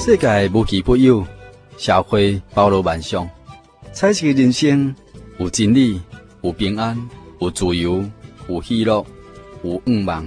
世界无奇不有，社会包罗万象，彩色的人生有真理，有平安，有自由，有喜乐，有愿望。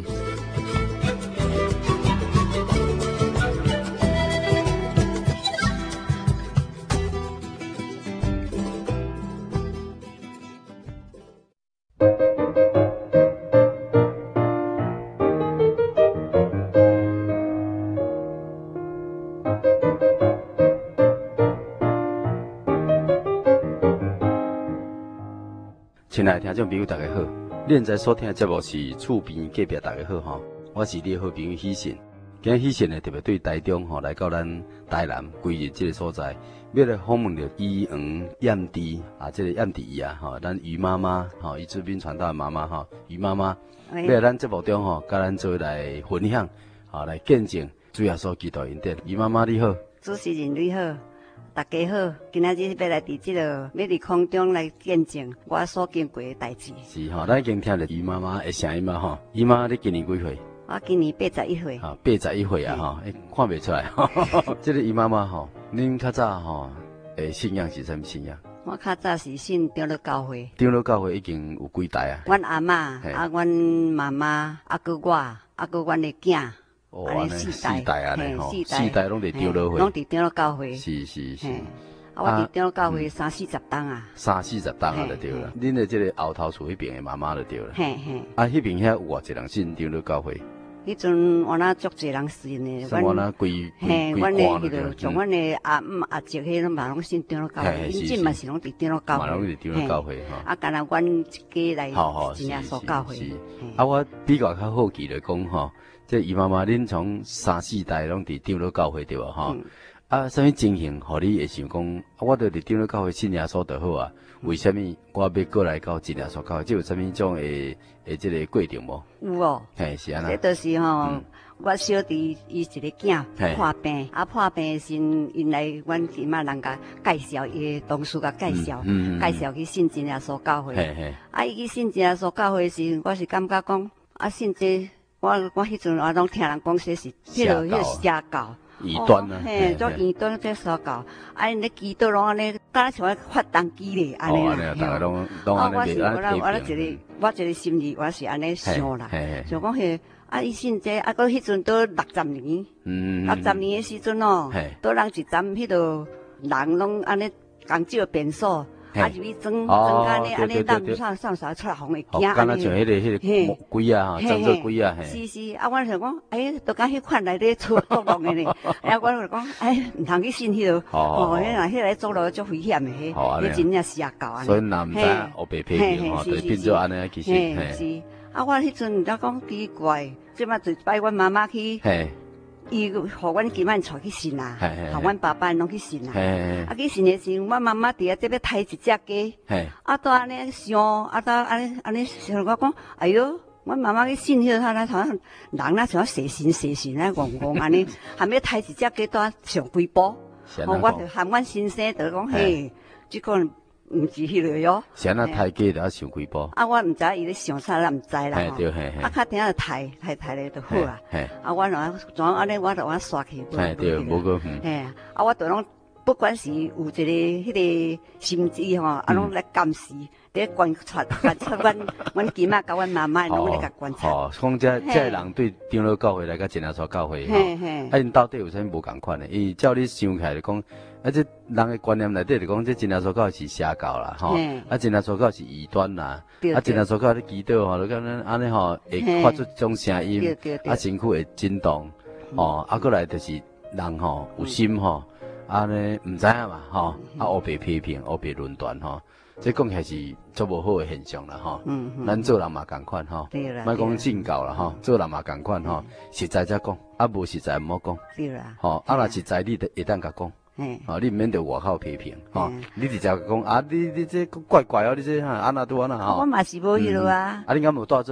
亲爱的听众朋友，大家好！恁在所听的节目是厝边隔壁，大家好吼，我是你的好朋友喜信。今日喜信呢特别对台中吼来到咱台南归日这个所在，要来访问着医院燕弟啊，这个燕弟姨啊吼，咱于妈妈吼，伊出殡传道的妈妈吼，于妈妈，要来咱节目中吼，甲咱做来分享，吼来见证主要所期待因得。于妈妈你好， 主持人你好。大家好，今仔日要来伫这个要伫空中来见证我所经过的代志。 是吼，咱已经听着于妈妈的声音嘛吼。于妈，你今年几岁？ 我今年81岁。 啊，81岁啊吼，看袂出来。这个于妈妈吼，恁较早吼，信仰是啥物信仰？ 我较早是信长老教会。 长老教会已经有几代啊？ 阮阿嬷啊，阮妈妈，啊，搁我，啊，搁阮的囝。 安尼四代安尼吼，四代拢伫长老会， 拢伫长老教会。 是是是。 啊，我伫长老教会30-40档啊。 30-40档啊，就对了。恁的这个后头厝迄边的妈妈就对了。 嘿嘿。 啊，迄边遐有偌济人信长老教会？ 迄阵我那足济人信的。 我那规阮的迄个像阮的阿姆阿叔迄拢嘛拢信长老教会，因真嘛是拢伫长老教会。 嘛拢伫长老教会吼。 啊，干那阮一家来真耶稣教会。 啊，我比较较好奇来讲吼。这姨妈妈，恁从3-4代拢伫长老教会对吧？吼，啊，什么情形，互你会想讲，我著伫长老教会信耶稣就好啊？为什么我要过来到真耶稣教会？这有什么种这个过程无？ 有哦， 嘿，是安那。 这就是吼，我小弟伊一个囝破病，啊破病时因来阮姨妈人甲介绍，伊的同事甲介绍，介绍去信真耶稣教会。啊，伊去信真耶稣教会时，我是感觉讲，啊信这。我迄阵我拢听人讲说是迄个邪教， 异端啊， 嘿，做异端做邪教，啊，因咧祈祷拢安尼，敢若像发动机咧，安尼啦。 大家拢安尼我一个心里我是安尼想啦，就讲迄啊，伊信这啊，搁迄阵都60年，60年的时阵哦，都人一站迄个人拢安尼工少变数。啊，就伊装安尼安尼，当上啥出来红会惊安尼。 敢若像迄个龟啊，装做龟啊。 是是，啊，我就讲，都甲迄款来咧出作弄的呢。我就讲，唔通去信迄个，迄个做落足危险的，迄真正邪教安尼。 所以男知黑白批评吼，就变做安尼其实。 是，啊，我迄阵才讲奇怪，即摆就拜阮妈妈去。伊互阮今晚带去信啊，互阮爸爸拢去信啊。啊去信的时，阮妈妈伫遐这要杀一只鸡，啊都安尼想，啊都安尼想，我讲，哎哟，阮妈妈去信迄个，他好像人那像蛇神啊，戆戆安尼，还要杀一只鸡，都上几步。我就喊阮先生就讲，嘿，这个。毋是迄个哟， 是安那抬价就要上几步。 啊，我毋知伊咧想啥，咱毋知啦。 对， 啊，较顶就抬咧就好啊。啊，我怎安尼，我就安刷起。 对，无个。 啊，我就拢不管是有一个迄个心机吼，啊，拢来监视，咧观察阮囡仔甲阮妈妈拢咧甲观察。 哦，讲这人对长老教会来甲真耶稣教会吼，啊，因到底有啥无共款的？伊照你想起来就讲。啊，这人的观念内底就讲，这真耶稣教是邪教啦，吼，啊，真耶稣教是异端啦，啊，真耶稣教咧祈祷吼，就讲安尼吼，会发出种声音，啊，身躯会震动，哦，啊，过来就是人吼有心吼，安尼唔知影嘛，吼，啊，黑白批评，黑白论断吼，这讲起来是足无好的现象啦，吼，咱做人嘛共款吼，莫讲信教啦，吼，做人嘛共款吼，实在才讲，啊，无实在唔好讲， 对啦， 吼，啊，若实在你会当甲讲。你毋免着外口批评，你直接讲啊，你这怪怪哦，你这安那拄安那吼。 我嘛是无迄落啊。 啊，你敢无带做伙？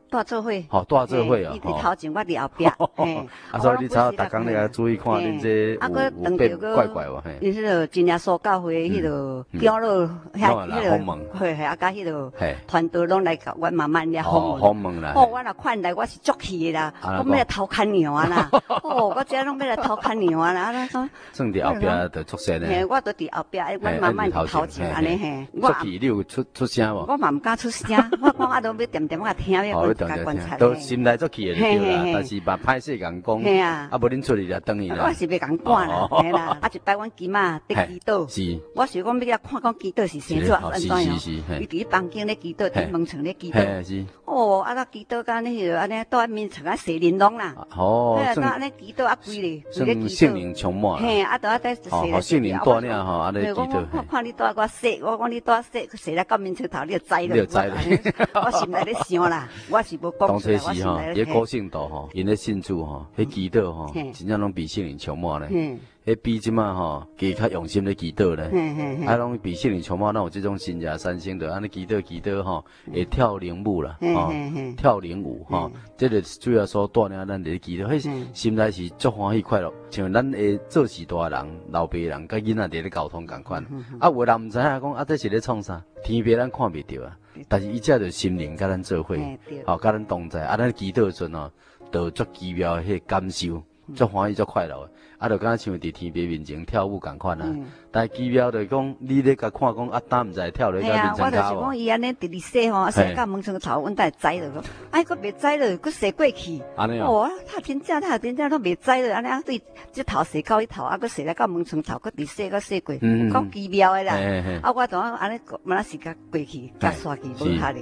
大做伙， 好大做伙哦。 伊伫头前，我伫后壁。 啊，所以你才逐工你个注意看恁这有变怪怪哇。 伊迄个真耶稣教会迄个长老迄个，嘿，啊，甲迄个团队拢来甲阮妈妈遐访问啦。我若看来我是足气的啦，我要来偷看娘啊啦。我遮拢要来偷看娘啊啦。 算伫后壁就出声咧。 嘿，我都伫后壁，阮妈妈伫头前安尼嘿。 足气，你有出声无？ 我嘛毋敢出声，我讲啊，都要点点我听要我甲观察。 都心内足气的对啦，但是嘛歹势讲讲，啊无恁出去就等伊啦。 我是要讲赶啦，嘿啦，啊一摆阮姨妈伫祈祷， 是， 我是讲要看讲祈祷是生做安怎样，伊伫房间咧祈祷，伫门床咧祈祷，是。哦，啊那祈祷甲那个安尼倒在面床啊洗玲珑啦，哦，对啊，安尼祈祷啊规咧， 算圣灵充满， 嘿，啊倒啊在洗咧， 圣灵带领吼，安尼祈祷。 我看你带我洗，我讲你带洗，洗来到面床头，你就知了。你就知了，我心内咧想啦，我是无讲出来，我心内咧。 高兴度吼，因咧信主吼，迄祈祷吼，真正拢比圣灵充满咧。迄比即马吼，加较用心咧祈祷咧，啊，拢比圣灵充满，咱有即种新野三星的，安尼祈祷吼，会跳灵舞啦，吼，跳灵舞吼，这个主要所带领咱伫祈祷，迄心内是足欢喜快乐，像咱会做事大人、老爸人，甲囡仔伫咧沟通共款。啊，有人毋知影讲啊，这是咧创啥？天边咱看袂着啊，但是伊只就心灵甲咱做伙，吼，甲咱同在，啊，咱祈祷阵哦，就足奇妙迄感受，足欢喜足快乐。啊，就敢像伫天边面前跳舞共款啊！但是奇妙就是讲，你咧甲看讲啊，胆毋知跳咧甲面前头。我就是讲，伊安尼直直洗吼，洗到门床头，阮才会知了。哎，佫袂知了，佫洗过去。安尼哦。哦，他真正都袂知了，安尼啊对，即头洗到迄头，啊佫洗来到门床头，佫直洗佫洗过，够奇妙的啦。啊，我就安尼，满仔时间过去，甲刷去无下哩。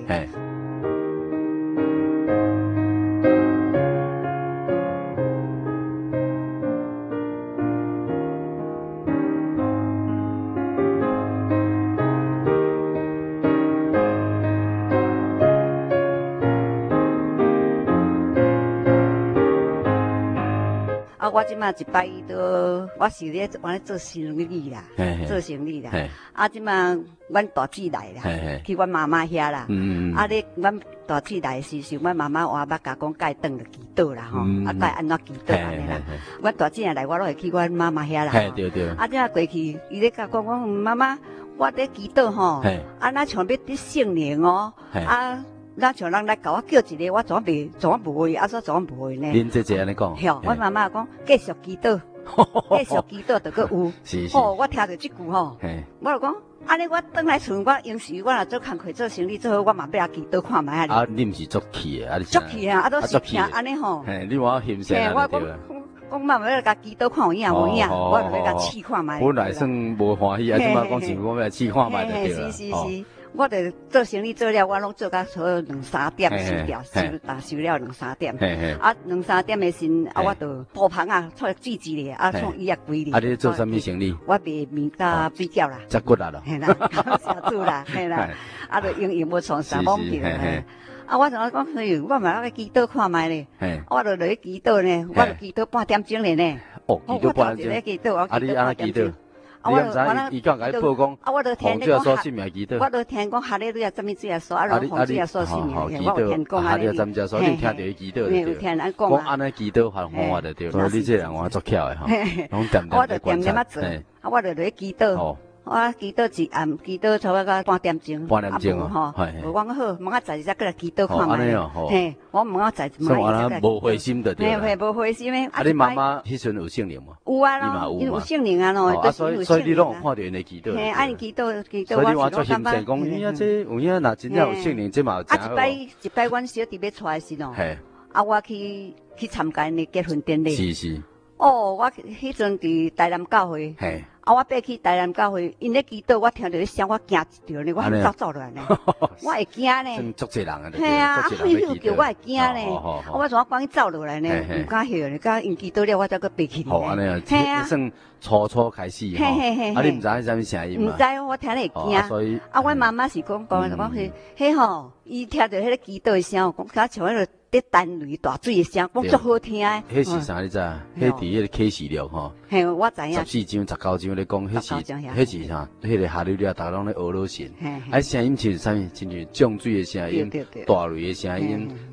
啊，我即马一摆都，我是咧做生意啦，做生意啦。啊，即马阮大姊来啦，去阮妈妈遐啦。啊，咧阮大姊来时是阮妈妈话捌甲讲该转去祈祷啦吼，啊该安怎祈祷安尼啦。阮大姊来，我拢会去阮妈妈遐啦。对对。啊，即马过去，伊咧甲讲妈妈，我咧祈祷吼，啊，咱像要得圣灵哦，啊。那像人来甲我叫一个，我怎无会，啊，怎无会呢？ 恁姐姐安尼讲， 吼，阮妈妈讲继续祈祷，继续祈祷就搁有。是是。哦，我听着即句吼，我就讲，安尼我转来厝，我有时我若做工课做生意做好，我嘛要来祈祷看卖啊。啊，你毋是足气的，啊， 足气啊，啊都是听安尼吼。 嘿，你我欣赏安尼对啦。 讲妈要来甲祈祷看有影无影，我就要甲试看卖。 本来算无欢喜，啊，即马讲是我要来试看卖就对啦。 是是是。我著做生意做了，我拢做到差2-3点收掉，收了2-3点。啊，2-3点的时，啊，我著铺棚啊，出来煮一咧，啊，创伊也规咧。 啊，你做啥物生意？ 我卖面甲水饺啦。 食骨力咯。 嘿啦，感谢主啦，嘿啦。啊，著用无创啥网票。啊，我同讲，哎呦，我嘛要祈祷看卖咧。我著落去祈祷呢，我著祈祷半点钟咧呢。 哦，祈祷半点钟。啊，你安怎祈祷？你毋知伊讲甲你报讲，洪主要说信命祈祷。 我都听讲哈利路亚怎么主要说，啊，洪主要说信命，我有听讲哈利路亚怎么说，你听到伊祈祷对。有听人讲安尼祈祷方法就对。所以你这人我足巧的吼，拢点点观察。啊，我就落去祈祷。我祈祷一暗，祈祷差不多半点钟。半点钟哦，无我好，问我在再过来祈祷看卖。嘿，我问我在。 所以安尼无灰心的对。 嘿，无灰心的。 啊，你妈妈迄阵有圣灵吗？ 有啊咯，有圣灵啊咯， 所以你拢有看到因的祈祷。 嘿，按祈祷， 所以你话做心神讲，伊啊这有影若真正有圣灵，这嘛真好。 啊，一摆阮小弟要出来时咯，啊，我去参加因的结婚典礼。 是是。 哦，我迄阵伫台南教会。啊！我爬去台南教会，因咧祈祷，我听到咧声，我惊一条呢，我走落来呢，我会惊呢。 足济人啊！ 系啊，啊！叫我会惊呢。我怎赶紧走落来呢？唔敢许呢，甲因祈祷了，我再搁爬起。 好安尼啊！系啊，算初开始吼。啊！你唔知啥物声音嘛？唔知，我听咧会惊。所以啊，阮妈妈是讲迄吼，伊听到迄个祈祷的声，讲他像迄个伫单雷大水的声，讲足好听诶。 迄是啥？你知？迄伫迄个启示录吼。 嘿，我知影。 14章、19章咧讲，迄是啥？迄个哈利路亚，逐拢咧学老神。啊，声音就是啥物？亲像降水的声音，大雷的声音，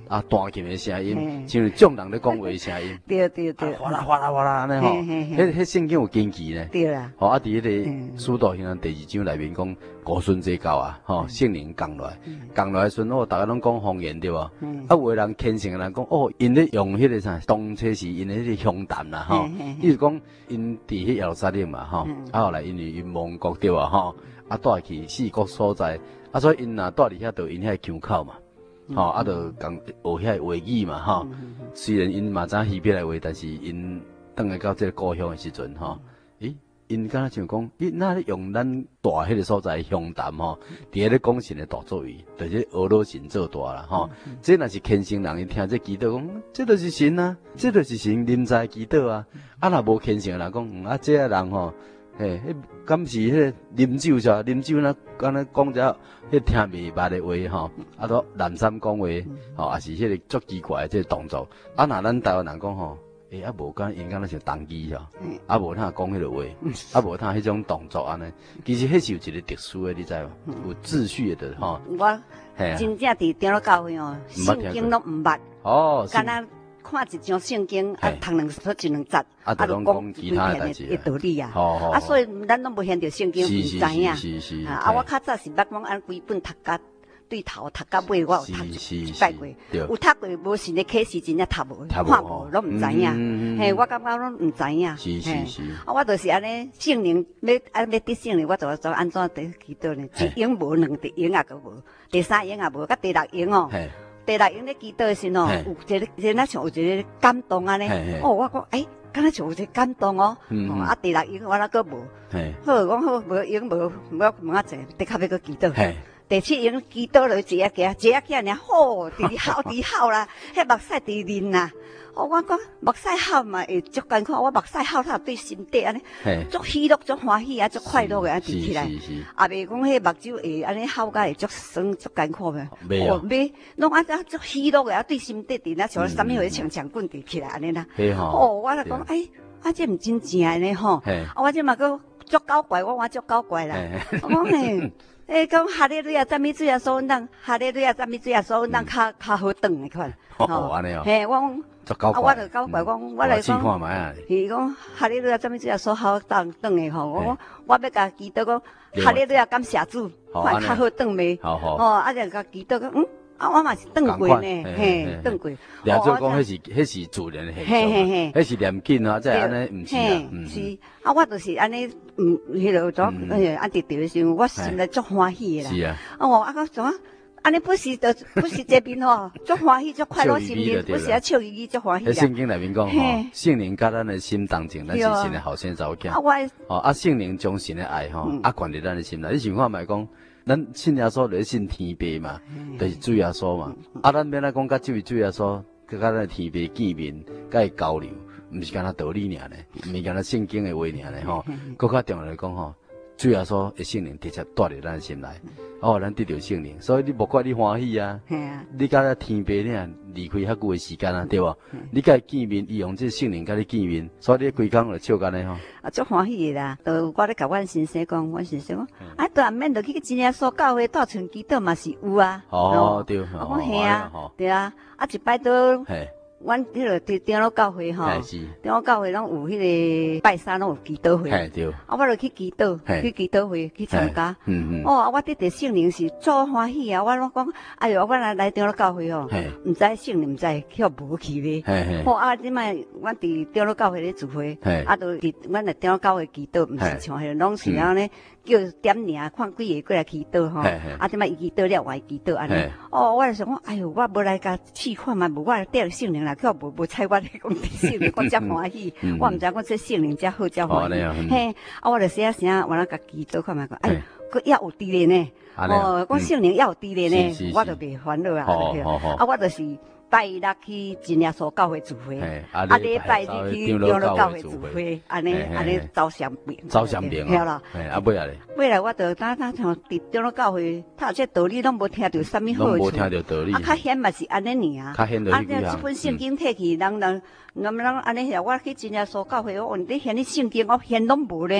啊弹琴的声音，像众人咧讲话的声音。 对对对， 哗啦哗啦哗啦安尼吼，迄圣经有根基呢。 对啦。 吼，伫迄个使徒行传第2章内面讲，古孙祭教啊，吼，圣灵降落来，降落来时阵，大家拢讲方言对无？啊，有的人虔诚的人讲，因咧用迄个啥，当初是因的迄个香淡啦，吼，意思讲因伫迄耶路撒冷嘛，吼，后来因为因亡国对啊，吼，带去4国所在，所以因若带伫遐，就因遐腔口嘛。就讲学遐话语嘛，吼。虽然因嘛知希伯来话，但是因倒来到这个故乡的时阵，因敢若像讲，那咧用咱大迄个所在乡谈吼，伫咧讲神的大作为，就是俄罗神做大啦，吼。这若是虔诚人，伊听这祈祷讲，这就是神啊，这就是神临在祈祷啊。若无虔诚人讲，这个人吼。敢是迄个啉酒啥？啉酒那敢若讲只迄听袂捌的话吼，都南山讲话吼，也是迄个足奇怪的这个动作。若咱台湾人讲吼，无敢因敢若像当机吼，无他讲迄个话，无他迄种动作安尼。其实迄是有一个特殊的，你知无？有秩序的吼。 我真正伫长老教会哦，圣经拢毋捌。敢若看一张圣经，读2说1、2节，就讲其他的道理啊。所以咱拢无现着圣经，唔知影。我较早是捌讲按规本读甲对头读甲尾，我有读一摆过，有读过无神的启示，真正读无，看无，拢唔知影。我感觉拢唔知影。我就是安尼，圣灵要得圣灵，我就安怎得祈祷呢？一营无，2个营也个无，第3营也无，甲第6营哦。第6营咧祈祷的时候，有一个那像有一个感动安尼。我讲敢若像有一个感动哦。第6营我那个无。好，讲好无营无，我问啊者，得较要个祈祷。第7营祈祷落坐起尔，好，伫好啦，迄目屎伫淋啦。我讲目屎好嘛会足艰苦，我目屎好它对心底安尼，足喜乐、足欢喜啊，足快乐的啊，直起来。也袂讲迄目睭会安尼好甲会足酸、足艰苦的。袂，拢安怎足喜乐的啊，对心底伫那像啥物会强棍直起来安尼啦。我就讲这毋真正的呢吼。我这嘛个足搞怪，我足搞怪啦。我讲讲哈利路亚赞美主耶稣，咱哈利路亚赞美主耶稣，咱较好长的款。 安尼哦。 我讲，我就搞怪讲，我来讲，伊讲哈利路亚赞美主耶稣好长的吼。我要甲祈祷讲哈利路亚感谢主，看较好长未？就甲祈祷讲我嘛是转过呢，转过。 了做讲，迄是自然的现象，迄是念经啊，即安尼，毋是啊， 是。我就是安尼，迄落怎按直调的时候，我心内足欢喜的啦。是啊。我怎啊？安尼不是这边吼，足欢喜足快乐心灵，不是啊笑嘻嘻足欢喜啦。 圣经内面讲吼，圣灵甲咱的心同情，咱是神的后生查某囝。圣灵将神的爱吼，灌入咱的心内。你想看卖讲？咱信耶稣就是信天父嘛，就是主耶稣嘛。咱免来讲甲这位主耶稣，甲咱天父见面，甲伊交流，毋是干那道理尔呢，毋是干那圣经的话尔呢吼。更较重要来讲吼，主耶稣的圣灵直接带入咱心内，咱得到圣灵，所以你莫怪你欢喜啊。你甲咱天父呢离开遐久的时间啊，对无？你甲伊见面，伊用这圣灵甲你见面，所以你规工就笑干呢吼。 足欢喜的啦，都我咧甲阮先生讲，阮先生讲，都免着去真正所教会到村祈祷嘛是有啊。 对。 我讲嘿啊，对啊，一摆都。阮迄个长老教会吼，长老教会拢有迄个拜三拢有祈祷会，我就去祈祷，去祈祷会去参加。我得圣灵是足欢喜啊！我拢讲，哎哟，我来长老教会哦，毋知圣灵毋知去无去咧。即摆阮伫长老教会咧聚会，都伫阮来长老教会祈祷，毋是像迄拢是安尼叫点尔，看几个过来祈祷吼。即摆伊祈祷了，我祈祷安尼。我就想讲，哎哟，我无来甲试看嘛，无我来缀圣灵来。却无猜我咧讲圣灵，我真欢喜，我毋知讲这圣灵真好，真欢喜。嘿，我就写声，我来甲祈祷看卖讲，哎，佫也有伫咧呢。讲圣灵也有伫咧呢，我就袂烦恼啊。我就是拜6去真耶稣教会聚会，礼拜日去长老教会聚会，安尼走相并， 对啦。尾来咧？ 尾来我就当像伫长老教会，他这道理拢无听到啥物好处。 拢无听到道理。 较显嘛是安尼尔。 较显就是这本圣经摕去，人安尼，我去真耶稣教会，你显你圣经，我显拢无咧。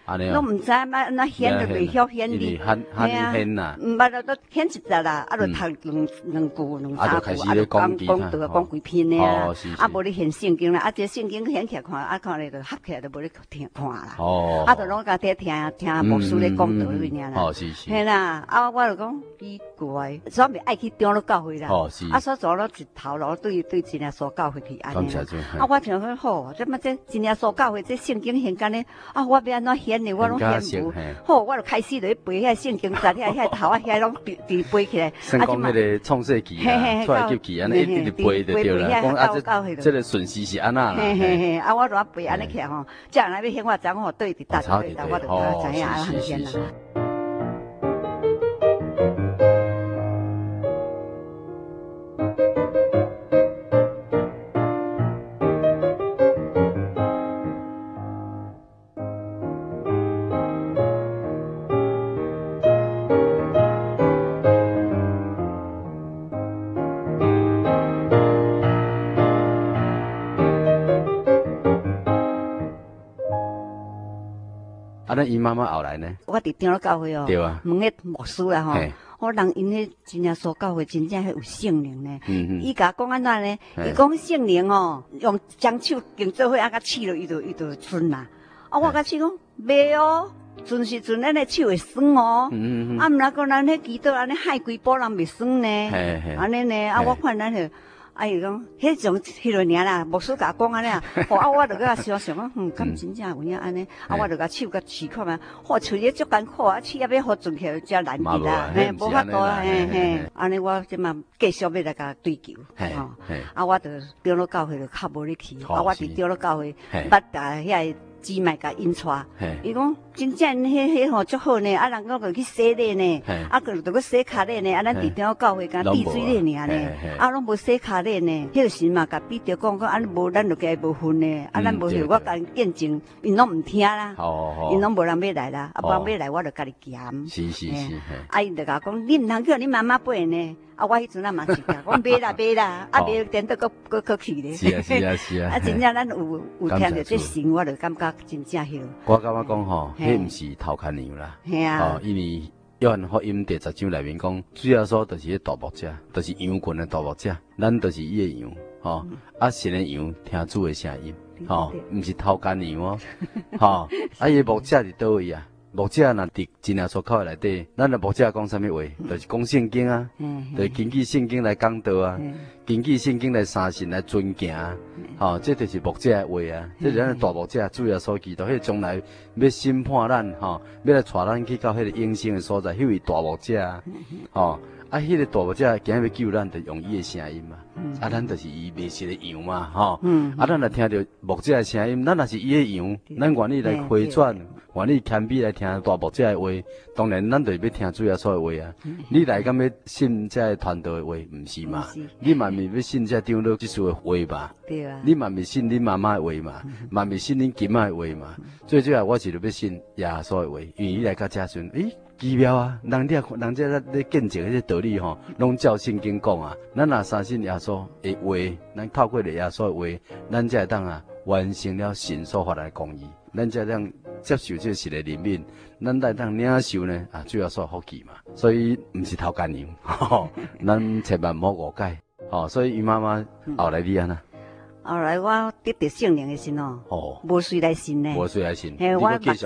拢唔知那显就袂晓显哩， 係啊，顯呐， 唔捌都顯一隻啦，啊，就讀兩句、兩三句，啊，就講講幾篇咧啊，啊，無你顯聖經啦，啊，這聖經顯起來看，啊，看咧就合起來就無你聽看啦，啊，就攏家己聽牧師咧講道嗰啲啦，係啦，啊，我就講奇怪，所以咪愛去長老教會啦，啊，所做咗一頭咯，對真耶穌教會去安尼，啊，我聽講好，這真耶穌教會這聖經顯干咧，啊，我要安怎顯呢？我攏顯無，好，我就開始就背遐聖經，在遐頭啊，遐攏直背起來。 先講迄個創世記啊，出來叫記安尼，一直背就對啦。講啊，這個順序是安那啦。 啊，我就啊背安尼起來吼，這樣來要顯我知我對佇搭對搭，我就知影安怎顯啦。 啊，那伊媽媽後來呢？ 我伫長老教會哦，對啊，問個牧師啦吼，我人因迄真正所教會真正係有聖靈呢。伊甲講安怎呢？伊講聖靈哦，用將手經做伙啊，甲刺落伊就順啦。啊，我甲試講袂哦，陣時陣咱個手會酸哦。啊，毋然講咱迄祈禱安尼害規波人袂酸呢。安尼呢，啊，我看咱就。啊，伊講，迄種迄落爾啦，牧師甲講安尼啊，啊，我就甲想想講，敢真正有影安尼，啊，我就甲手甲試看嘛，喙也足艱苦啊，齒也要好轉起來，真難啲啦，無法度啊，安尼我即嘛繼續要來甲追求，啊，我就長老教會就較無咧去，啊，我佇長老教會捌甲遐姊妹甲因帶，伊講真正迄吼足好呢，啊，人講就去洗禮呢，啊，佢就去洗腳禮呢，啊，咱佇長老教會甲滴水禮爾呢，啊，攏無洗腳禮呢，迄個時嘛甲彼得講講，啊，無咱就家無分呢，啊，咱無我甲因見證，因攏毋聽啦，因攏無人要來啦，啊，無人要來我就家己鹹，是，啊，因就甲講，你毋通叫你媽媽背呢。啊，我迄陣啊嘛是講，我買啦，啊買點都擱去咧。是啊。啊，真正咱有聽到這神，我就感覺真正迄。 我感覺講吼，迄毋是頭殼牛啦。係啊。因為約翰福音第10章內面講，主要說就是迄大牧者，就是羊群的大牧者，咱就是伊的羊，吼。啊，神的羊聽主的聲音，吼，毋是頭殼牛哦，吼。啊，伊牧者佇倒位啊？牧者若佇真耶穌口內底，咱的牧者講啥物話？就是講聖經啊，就是根據聖經來講道啊，根據聖經來相信來尊敬啊，吼，這就是牧者的話啊，這是咱的大牧者主耶穌基督，迄將來要審判咱，吼，要來帶咱去到迄個永生的所在，迄位大牧者啊，吼，啊，迄個大牧者今日要救咱，就用伊的聲音嘛，啊，咱就是伊迷失的羊嘛，吼，啊，咱若聽到牧者的聲音，咱若是伊的羊，咱願意來回轉。願意謙卑來聽大牧者的話，當然咱就是要聽主耶穌的話啊。你來敢要信這傳道的話，唔是嘛？你嘛咪要信這長老即數的話吧？對啊。你嘛咪信恁媽媽的話嘛？嘛咪信恁金仔的話嘛？最主要我是要信耶穌的話，因為伊來到這陣，奇妙啊！人這咧見證迄個道理吼，攏照聖經講啊。咱若相信耶穌的話，咱透過了耶穌的話，咱才會當啊完成了神所發來公義，咱才當接受這神的憐憫，咱才當領受呢啊主要所福氣嘛。所以唔是頭干牛，咱千萬唔好誤解。所以伊媽媽後來你安那？ 後來我得到聖靈的時候，無隨來信呢。無隨來信。嘿，我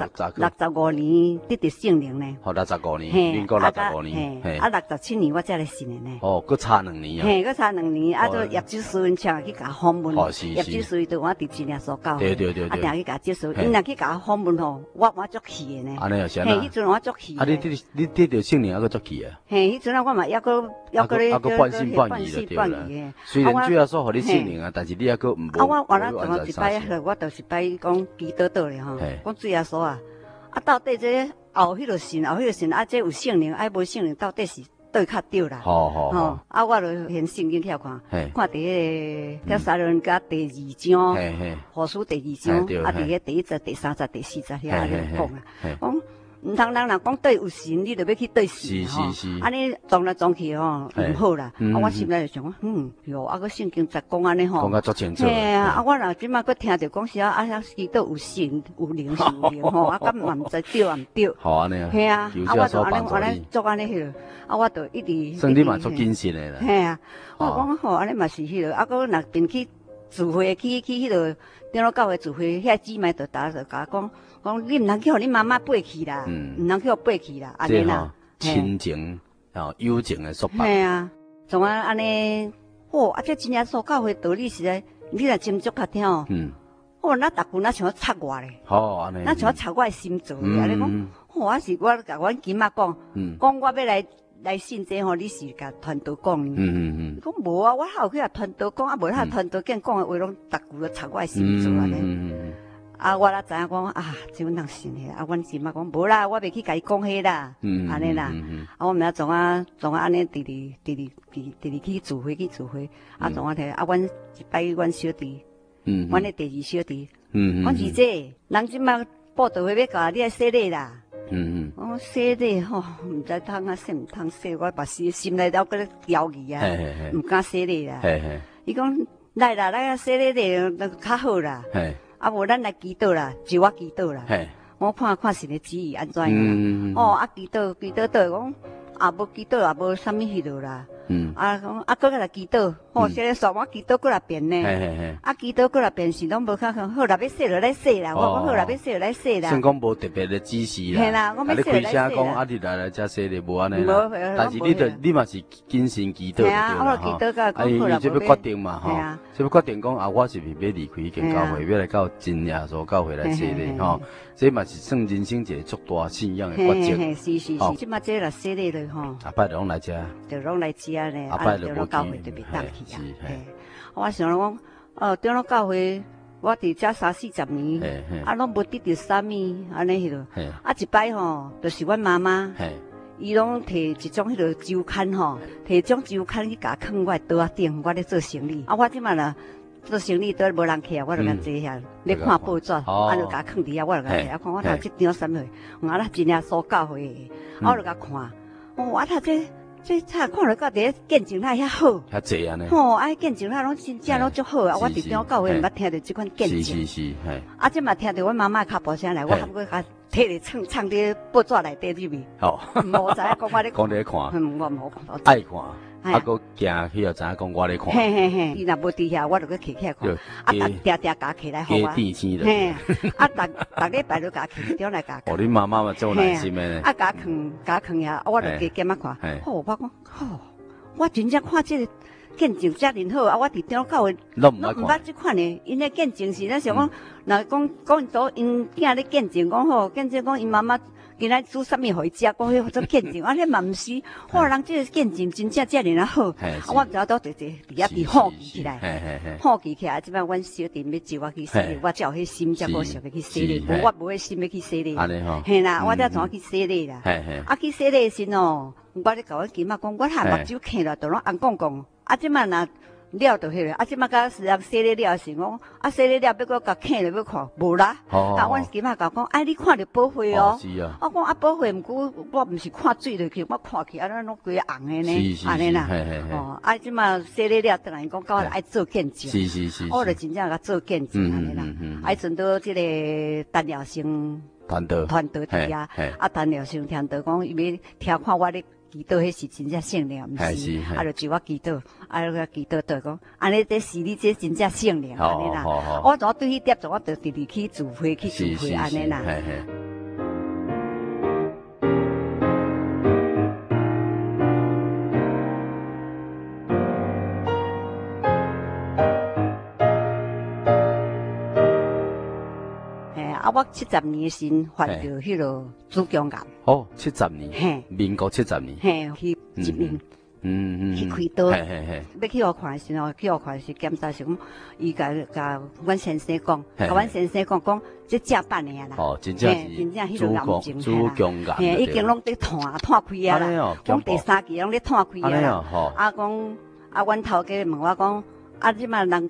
65年得到聖靈呢。 65年，民國65年。 啊，67年我才來信的呢。 佫差2年啊。 嘿，佫差2年，啊，做葉主任請去甲訪問。葉主任對我佇真耶穌教會。對。啊，定去甲接受，因若去甲訪問吼，我足氣的呢。 安尼又是安嘿，迄陣我足氣。 啊，你得到聖靈還佫足氣啊？ 嘿，迄陣啊，我嘛抑佫咧半信半疑就對啦。雖然主要說互你聖靈啊，但是你抑佫。 啊，我原來一擺，我就是擺講祈禱倒咧吼，講主耶穌啊，啊到底這後迄個神，啊這有聖靈，啊無聖靈，到底是對較對啦？吼，啊我就現聖經去看，看第迄個《撒羅尼迦》第2章，《何書》第2章，啊第迄第1節、第3節、第4節遐講啊，講唔通人讲对有神，你就要去对神吼。安尼撞来撞去吼，唔好啦。我心内就想哟，个圣经在讲安尼吼。 讲甲足清楚。 嘿啊，我若即马佫听着讲是基督有神有灵是有灵吼，敢嘛唔知对啊唔对。 好安尼啊。 嘿啊，我就安尼做安尼迄落，我就一直。 算你嘛足谨慎的啦。 嘿啊，我讲吼，安尼嘛是迄落，佫若并去聚会去迄落长老教会聚会，遐姊妹就甲讲，你唔通去互你妈妈背去啦，唔通去互背去啦，安尼啦。 亲情友情的束缚。 嘿啊，从安尼，这真正所教会道理是咧，你若斟酌较听哦。那逐句那像要插我咧。好，安尼。那像要插我的心做咧，安尼讲，我是我甲阮囡仔讲，讲我要来信这吼，你是甲传道讲。讲无啊，我还有去甲传道讲，无他传道见讲的话，拢逐句都插我的心做安尼。我才知影讲这阮当信的。阮姊妹讲无啦，我袂去甲伊讲迄啦，安尼啦。我明仔总安尼，直去聚会，总摕阮一摆阮小弟，阮的第二小弟，讲二姐，人即摆报道会要教你来洗礼啦。我洗礼吼，毋知通洗毋通洗，我把心内了搁咧犹豫啊，毋敢洗礼啦。伊讲来啦，洗礼就较好啦。无咱来祈祷啦，就我祈祷啦。我看神的旨意安怎样。祈祷倒讲，无祈祷也无啥物迄落啦。讲搁来祈祷，现在煞我祈祷搁来变呢。祈祷搁来变是拢无较好啦，要洗就来洗啦。我讲好啦，要洗就来洗啦。 算讲无特别的指示啦。 嘿啦，我要洗就来洗啦。 你开声讲，你来才洗哩，无安尼啦。但是你嘛是谨慎祈祷对啦。 我祈祷甲讲好啦。 你这要决定嘛吼，这要决定讲我是不是要离开间教会，要来到真耶稣教会来洗哩吼。这嘛是算人生一个足大信仰的决定。 是，即马这来洗礼了吼。 阿伯拢来遮。 就拢来遮呢，长老教会就袂当去啊。我想讲，长老教会，我伫遮30-40年，拢无得到啥物安尼迄落。一摆吼，就是阮妈妈，伊拢摕一种迄落周刊吼，摕种周刊去甲囥我桌仔顶，我咧做生意。我即马啦。做生意都无人去啊，我就甲坐遐，咧看报纸，就甲囥伫遐，我就甲坐。看我头这张啥物，啦真正所教会，我就甲看。我头这看了到底见证哪遐好？ 遐济安尼。 见证哪拢真正拢足好啊！我伫中教会毋捌听到即款见证。是，即嘛听到阮妈妈脚步声来，我还佫甲摕咧藏伫报纸内底入面。无知影讲我咧讲咧看。 我无爱看。佫行去知影讲我咧看。 伊若无伫遐，我就佫徛起来看。定夹起来互我。 地天的。 逐礼拜都夹起中来夹。 恁妈妈嘛做耐心的。 夹囥遐，我就加减看。我讲我真正看这个见证遮尔好，我伫中教会拢毋捌即款的。因的见证是咱想讲，若讲到因囝咧见证讲吼，见证讲因妈妈。今仔煮啥物互伊食，讲迄做见证，你嘛毋是，人这个见证真正遮尔好，我毋知倒伫遐伫好奇起来，好奇起来，即摆阮小弟要招我去洗礼，我才有迄心才无想要去洗礼，我无迄心要去洗礼，嘿啦，我才怎去洗礼啦，去洗礼时哦，我咧甲阮囡仔讲，我还目睭看了，都拢红光光，即摆若。了就迄个，即马甲时人洗礼了是讲，洗礼了要搁甲看了要看，无啦。阮囡仔甲讲，你看着宝血哦。我讲宝血毋过，我毋是看水落去，我看起安尼拢规红的呢，安尼啦。即马洗礼了，当然讲到爱做见证。是。我就真正甲做见证安尼啦。阵到即个陈耀生团队伫遐，陈耀生听到讲伊要听看我咧。祈祷迄是真正圣灵，毋是，就就我祈祷，个祈祷讲，安尼这是你这真正圣灵，安尼啦。我怎对迄点，我就直直去聚会安尼啦。我70年时患着迄落子宫癌。 70年。民国70年。 去一年。去开刀。要去互看时哦，去互看时检查时讲，伊甲阮先生讲，甲阮先生讲，这正版的啦。 真正迄落癌症。 子宫癌。 已经拢在摊开啊啦。讲第3期拢咧摊开啊啦。讲阮头家问我讲，即摆人家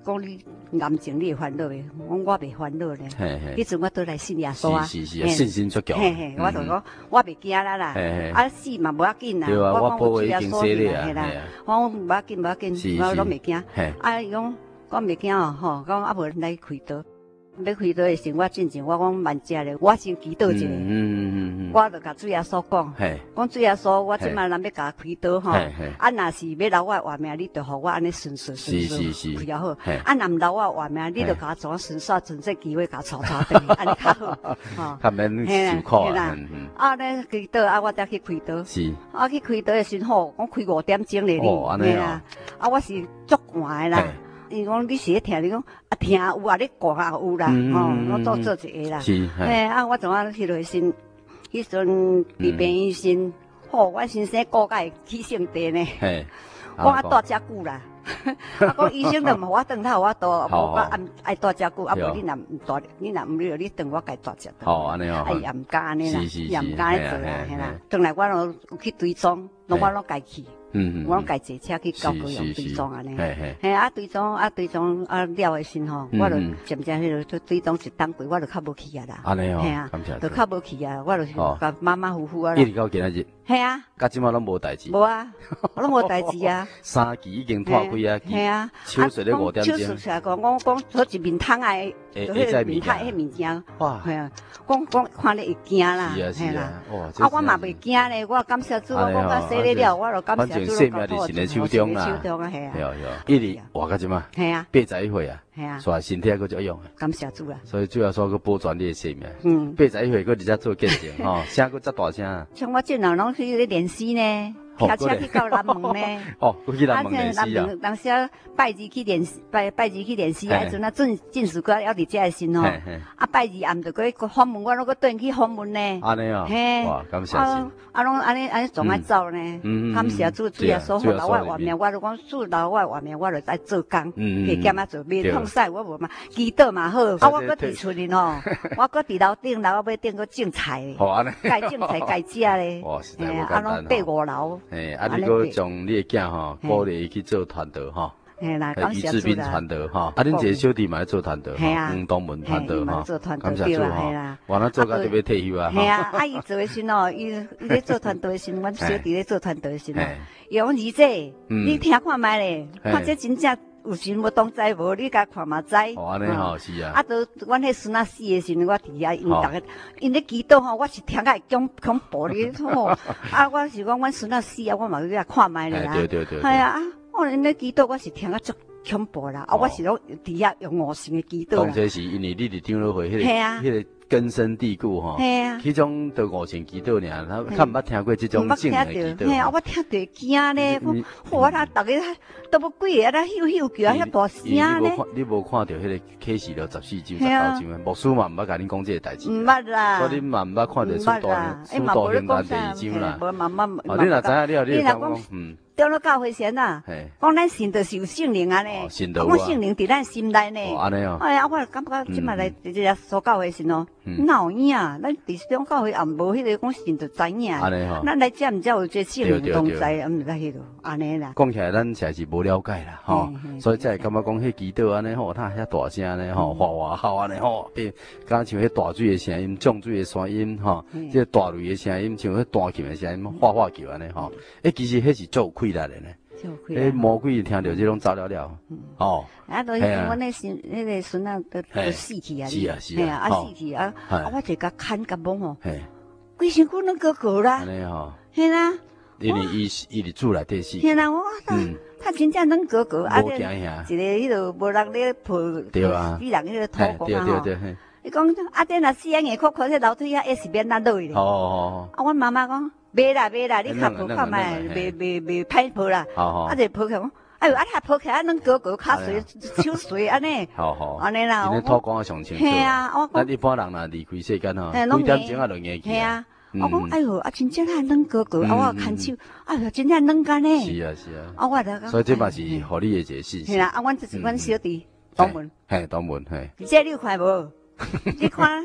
讲你癌症你会烦恼的，我袂烦恼咧。迄阵我倒来信耶稣啊， 是信心足强。 我就讲我袂惊啦，啊死嘛无要紧啦。 我讲有耶稣啦， 啦，我讲无要紧，我拢袂惊。啊，伊讲我袂惊哦，吼，讲啊无来开刀。要开刀的时，我进前我讲慢食咧，我先祈祷一下。我就甲主耶稣讲，讲主耶稣，我即摆若要甲开刀吼，啊，若是要留我活命，你就互我安尼顺开较好。啊，若毋留我活命，你就甲我怎顺存这机会甲带安尼较好。 吼，较免受苦啦。 啊，咧开刀啊，我才去开刀。是。啊，去开刀的时吼，讲开5点钟咧哩。哦，安尼啊。啊，我是足寒的啦。伊讲你是咧听，你讲啊听有啊，你讲也有啦，吼，我做一个啦。是，啊，我怎啊迄落先，迄阵治病医生，吼，我先生顾甲会起性地呢。我啊住遮久啦，啊，讲医生都毋互我转头，我住，无我爱住遮久，啊，无你若毋住，你若毋了，你转我家住遮。哦，安尼哦。哎，也毋敢安尼啦，也毋敢咧做啦，嘿啦。转来我拢有去追踪，拢我拢家去。我拢家坐车去到高雄追踪安尼，嘿啊追踪啊了的时吼，我就渐渐迄落追踪一当过，我就较无去啊啦。安尼哦，嘿啊，就较无去啊，我就甲马马虎虎啊啦。 一直到今仔日。嘿啊，甲即马拢无代志。 无啊，我拢无代志啊。 3期已经拖几啊？ 嘿啊， 手术咧5点钟。 手术出来讲，我讲做一面汤诶，迄面汤迄物件。哇，系啊，讲看咧会惊啦， 系啦。 啊，我嘛袂惊咧，我感谢主，我甲洗了，我就感谢主。 生命伫神的手中啦， 手中啊，系啊， 一直活到即嘛， 系啊 ，81岁啊， 系啊， 所以身体还佫足用啊， 感谢主啦。 所以主要说佫保全你的生命，81岁佫直接做见证吼，声佫遮大声。 像我这人拢去咧练习呢，骑车去到南门呢， 哦，去南门练习啊。 当时拜二去练习，拜二去练习，迄阵啊进士哥还伫遮的时吼，啊拜二暗着佫访问，我拢佫转去访问呢。安尼哦，嘿，哇，感谢主。啊，拢安尼总爱走呢，感谢主耶稣留我活命，我就讲主留我活命，我就在做工，去减啊做，袂痛晒，我无嘛，祈祷嘛好，啊我佫伫厝里吼，我佫伫楼顶尾顶佫种菜，好安尼，该种菜该食咧，哇，实在无简单咯。8、5楼，啊你佫将你的囝吼鼓励伊去做传道吼。嘿啦，感谢主啦！传道哈，啊，恁一个小弟嘛做传道，东门传道哈，感谢主哈。完了做到特别退休啊。系啊，啊伊做的时喏，伊咧做传道的时，阮小弟咧做传道的时喏，伊讲儿子，你听看卖咧，看这真正有神无当知无，你甲看嘛知。哦，安尼吼是啊。啊，都阮迄孙仔死的时，我伫遐，因逐个因咧祈祷吼，我是听甲恐怖咧吼。啊，我是讲阮孙仔死啊，我嘛去甲看卖咧啦。对对对。系啊。我因咧祈祷，我是听啊足恐怖啦！啊，我是拢伫遐用悟性的祈祷啦。当这是因为你伫长老会迄个根深蒂固吼。系啊。迄种得悟性祈祷尔，他较毋捌听过这种正的祈祷。嘿啊，我听着惊咧，我他逐个都要几个啊，咻咻叫啊，遐大声咧。你无看到迄个启示录14章、19章牧师嘛毋捌甲恁讲这个代志。毋捌啦。所以恁嘛毋捌看到苏大兄弟第2章啦。无嘛嘛。哦，你若知影了，你讲长老教会先呐，讲咱信就是有圣灵啊呢，讲圣灵伫咱心内呢。哦，安尼哦。哎呀，我感觉即摆来这个所教会先哦，哪有影？咱伫中教会也无迄个讲信就知影。安尼吼。咱来遮毋则有这圣灵同在，毋知迄落安尼啦。讲起来，咱实在是无了解啦，吼，所以才会感觉讲迄祈祷安尼吼，他遐大声呢吼，哗吼安尼吼，敢像迄大水的声音、涨水的声音吼，即个大雷的声音，像迄弹琴的声音，哗叫安尼吼。其实迄是足有气力的呢。魔鬼听到这种走了了，哦，啊，都阮那孙那个孙仔都死去啊，是啊是啊，啊死去啊，我就甲砍甲摸吼，规身躯拢高啦，安尼吼，嘿啦，因为伊伫厝内底死，嘿啦，我他真正拢高，啊，一个迄落无人咧抱，对啊，比人迄个土对对对，伊讲啊，这若死啊，硬靠这楼梯啊，也是免咱落去咧，哦，啊，阮妈妈讲。袂啦，你较抱看卖，袂歹抱啦。啊，就抱起讲，哎呦，啊，他抱起来拢高骹水手水安尼。安尼啦。因为托讲啊上清楚。系啊，我讲。咱一般人若离开世间吼，几点钟啊就硬去。系啊。我讲，哎呦，啊，真正啊拢高，啊，我看手，哎呦，真正拢干呢。是啊是啊。啊，我就讲。所以这嘛是互你的一个信息。系啦，啊，阮小弟东门。嘿，东门嘿。这你有看无？你看。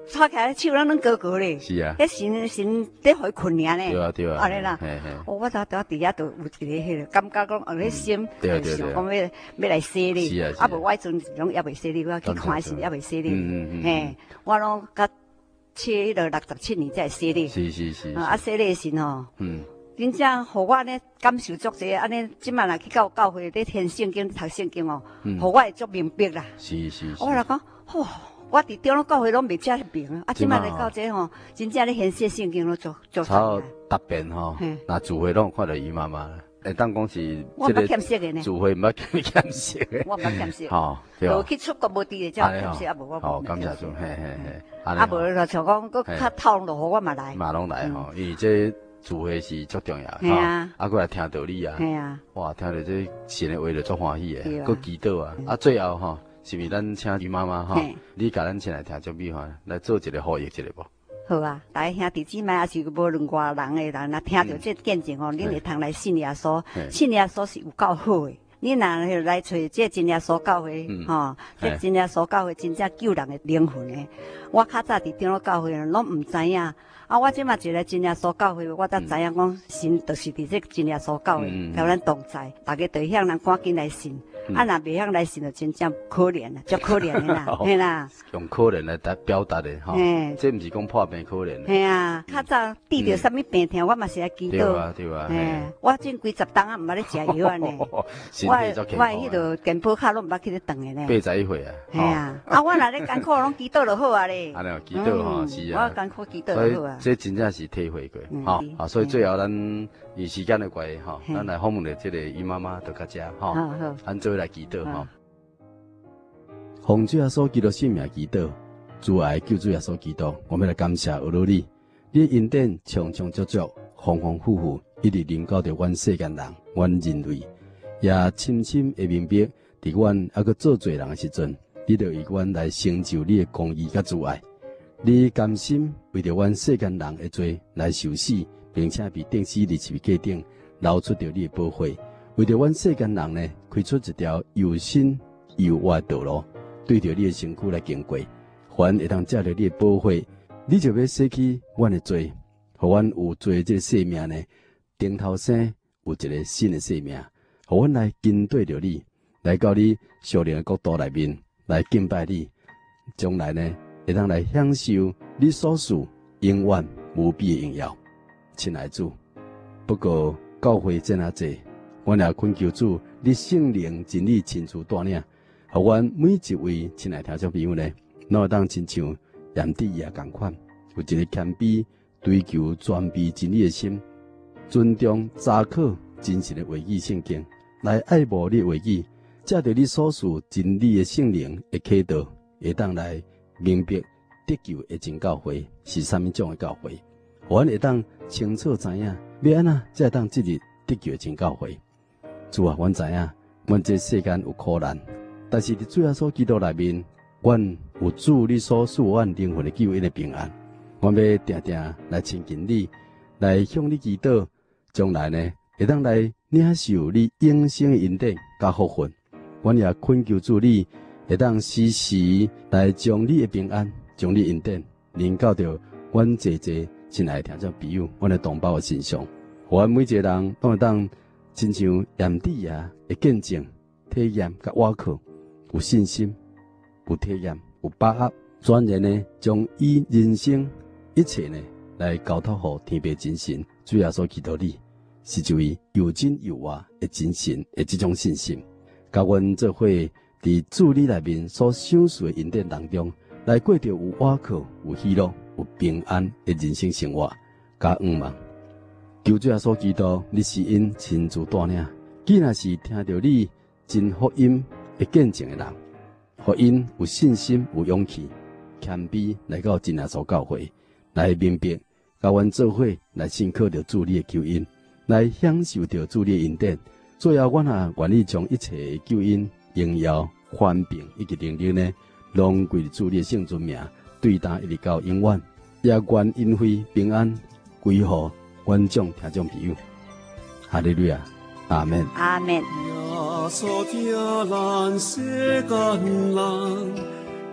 吵起来手拢高高咧。 是啊。 迄神在互伊困尔呢。 对啊对啊。 安尼啦。我伫伫遐都有一个迄个感觉讲，迄心想讲要来洗哩。 是啊。 啊无我迄阵拢还袂洗哩，我去看时还袂洗哩。嘿，我拢甲切迄个67年才会洗哩。 是。 啊，洗哩时吼。真正，互我呢感受足济，安尼即摆若去到教会咧听圣经、读圣经哦，互我会足明白啦。 是。 我来讲，吼，我伫中央教会拢袂遮明啊，即摆来到这吼，真正咧现写圣经拢足。 超特别吼，那聚会拢看到伊妈妈，会当讲是我捌欠息的呢。 聚会毋捌欠息的。 我捌欠息。 吼， 无去出国无伫咧，才欠息啊，无我。 好，感谢主，嘿。 啊，无就像讲，佫较透落，互我嘛来。 嘛拢来吼，因为这。聚会是足重要，啊，过来听道理啊，哇，听到这神的话就足欢喜的，佮祈祷啊，啊，最后吼，是毋是咱请于妈妈吼，你甲咱请来听祝美花，来做一个呼吁一个无？ 好啊，大家兄弟姊妹也是无论外人的人，若听到这见证哦，恁会通来信耶稣，信耶稣是有够好的。你若来找这真耶稣教会，吼，这真耶稣教会真正救人的灵魂的。我较早伫长老教会拢毋知影。啊！我即马一个真耶稣教会，我才知影讲神就是伫这真耶稣教会，甲咱同在，大家都向人赶紧来信。啊，若袂向来信，就真正可怜啦，足可怜的啦，嘿啦。 用可怜来表达的吼，这毋是讲破病可怜。 嘿啊，较早遇到啥物病痛，我嘛是来祈祷。 对啊。 我真规10冬啊，毋捌咧食药安尼。我迄个健保卡拢毋捌去咧断的呢。 81岁啊。 嘿啊，啊，我若咧艰苦，拢祈祷就好啊咧。 安尼祈祷吼，是啊。 我艰苦祈祷就好啊。 这真正是体会过，吼，啊，所以最后咱以时间的关系，吼，咱来访问的这个于妈妈就到这，吼，咱做来祈祷，吼。奉主耶稣基督性命祈祷，主爱救主耶稣基督，我们来感谢俄罗你，你的恩典充充足足，丰丰富富，一直临到着阮世间人，阮人类，也深深会明白，伫阮还阁做罪人的时阵，你就以阮来成就你的公义甲主爱。你甘心为着阮世间人的罪来受死，并且被钉死伫十字架顶，流出着你的宝血，为着阮世间人呢，开出一条又新又活的道路，对着你的身躯来经过。凡会当借着你的宝血，你就要洗去阮的罪，互阮有罪这个生命呢，顶头生有一个新的生命，互阮来跟对着你，来到你属灵的国度内面来敬拜你，将来呢，会当来享受你所赐永远无比的荣耀。亲爱的主，不过教会这么济，我也恳求主，你圣灵真理亲自带领，互阮每一位亲爱听众朋友呢，拢会当亲像炎帝也同款，有一个谦卑、追求全备真理的心，尊重查考真实的话语圣经，来爱慕你的话语，借着你所赐真理的圣灵的启导，会当来明白得救的真教会是啥物种的教会，我会当清楚知影要安怎才会当进入得救的真教会。主啊，阮知影，阮这世间有苦难，但是伫主耶稣基督内面，阮有主你所赐阮灵魂的救恩的平安。阮要定定来亲近你，来向你祈祷，将来呢会当来领受你永生的恩典甲福分。阮也恳求主你，会当时时来将你的平安、将你恩典临到着阮济济亲爱的听众朋友、阮的同胞的身上。阮每一个人都会当亲像炎帝啊的见证、体验甲瓦靠，有信心、有体验、有把握，全然呢将伊人生一切呢来交托互天父真神主耶稣基督你，是一位又真又活的真神的这种信心，甲阮做伙伫主你内面所享受的恩典当中，来过着有瓦靠、有喜乐、有平安的人生生活。甲望求主耶稣基督，你是因亲自带领。既然是听到你真福音的见证的人，互因有信心、有勇气、谦卑来到真耶稣教会，来明白，甲阮做伙来信靠着主你的救恩，来享受着主你的恩典。最后，阮也愿意将一切的救恩、荣耀、权柄以及能力呢，拢归主你的圣尊名，对答一直到永远。也愿恩惠平安归乎观众听众朋友。哈利路亚，阿门。 阿门。 耶稣听咱世间人，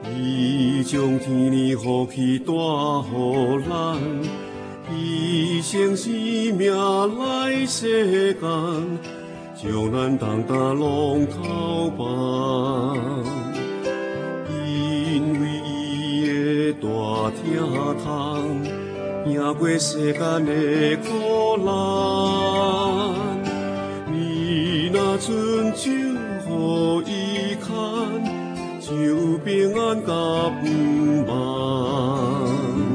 伊将天年福气带予咱，以生生命来世间，将咱重担拢头放。因为伊的大疼痛，赢过世间的苦难。你若伸手予伊牵，就平安甲不忘。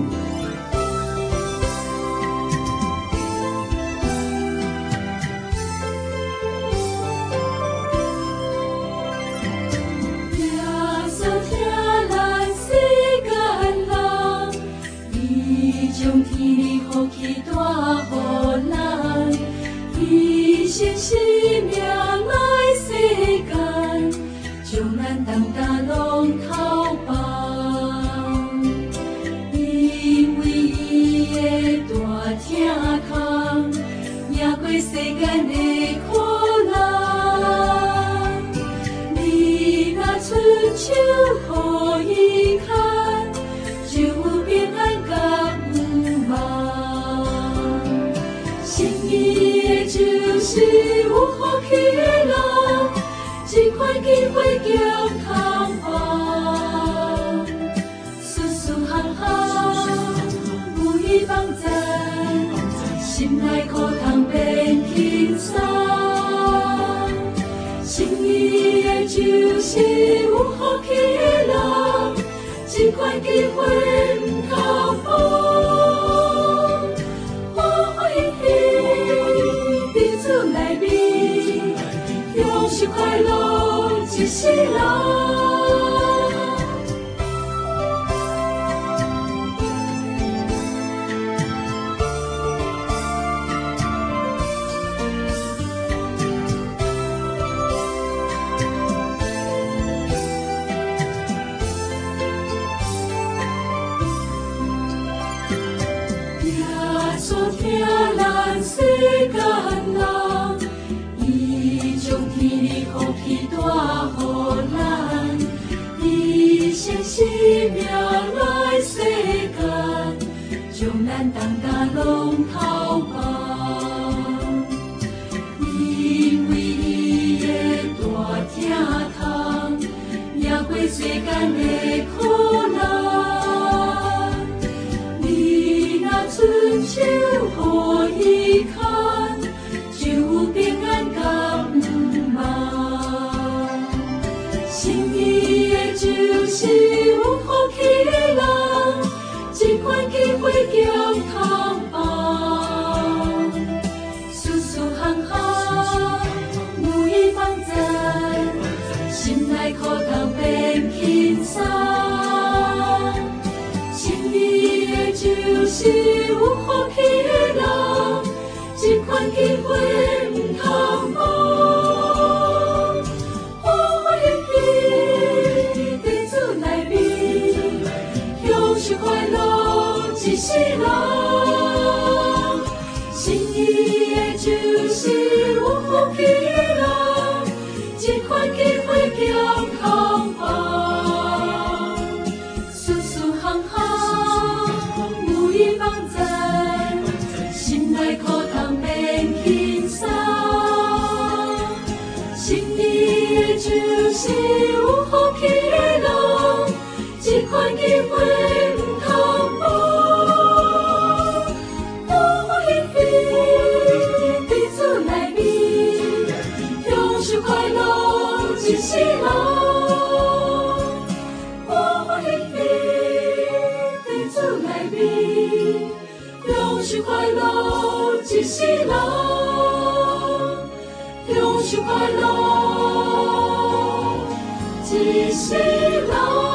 将天理福气带予咱，以生生命来世间，将咱重担拢头放。因为伊的大疼痛，赢过世间的苦难。你若伸手予伊牵，就有平安甲。心意的就是有福气的人，这款机会强通帮，事事行行有伊帮衬，心内苦痛变轻松。心意的就是有福气的人，这款机会唔通放。是快乐一世人。耶稣听咱世间人，伊将天理福气带予咱，以生生命来世间，将咱重担拢头放。因为伊的大疼痛，赢过世间的苦难。你若伸手予伊牵，就有平安甲不忘。心意的就是有福气的人，这款机会强通帮。事事行行有伊帮衬，心内苦痛变轻松。心意的就是有福气的人，这款机会唔通放。快乐一世人，心意的就是有福气的人，这款机会强通帮。事事行行有伊帮衬，心内苦痛变轻松。心意的就是有福气的人，这款机会。一世人，欢欢喜喜，地主来面，永续快乐一世人，永续快乐一世人。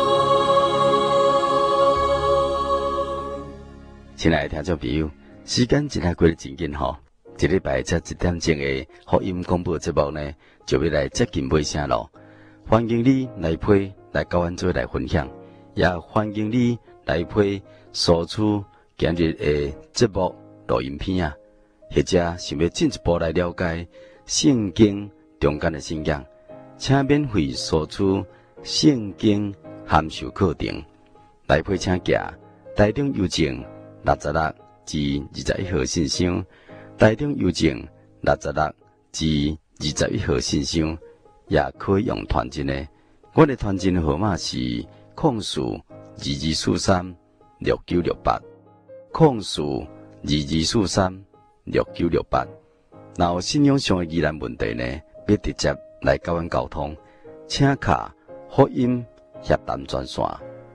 亲爱的听众朋友，时间真系过得真紧吼，一礼拜才1点钟的福音广播节目呢，就要来接近尾声咯。欢迎你来陪来跟阮做来分享，也欢迎你来陪索取今日的节目录音片啊，或者想要进一步来了解圣经中间的信仰，请免费索取圣经函授课程，来配请假。台中邮政66至21号信箱，台中邮政66至21号信箱，也可以用传真的。我的传真号码是0422436968，0422436968。若有信仰上的疑难问题呢，要直接来甲阮沟通，请卡福音协谈专线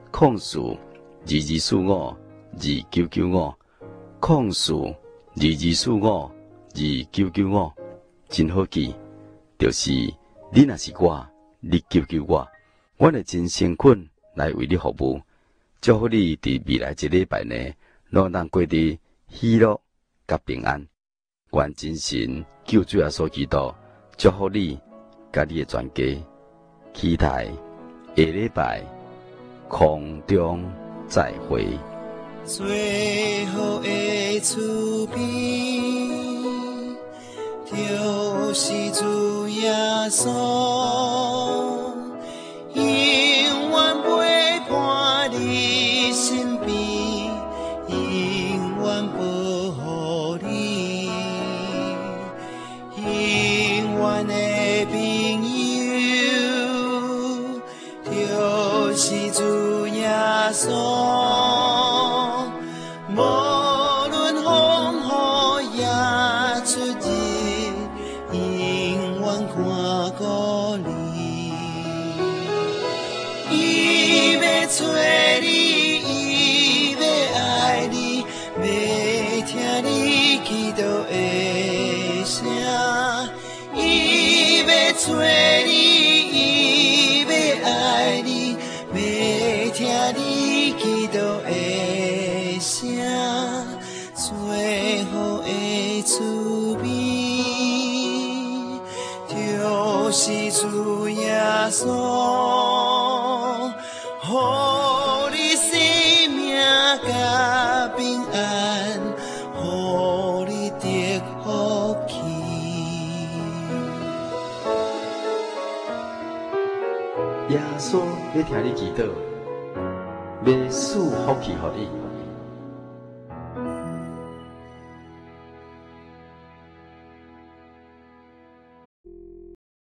0422452995，0422452995，真好记，就是你若是我，你救救我，我会真诚恳来为你服务，祝福你伫未来一礼拜内，拢能过得喜乐甲平安。愿真神救主耶稣基督祝福你，甲你的全家，期待下礼拜空中再会。 最后的慈悲，就是主耶稣，永远陪伴你身边，永远保护你，永远的朋友，就是主耶稣。无论风雨也出日，永远看顾你。伊要找你，伊要爱你，要听你祈祷的声。伊要找你，伊要爱你，要听你祈祷的声。最后的慈悲，就是主耶稣，予你生命甲平安，予你得福气。 耶稣要听你祈祷，要赐福气予你。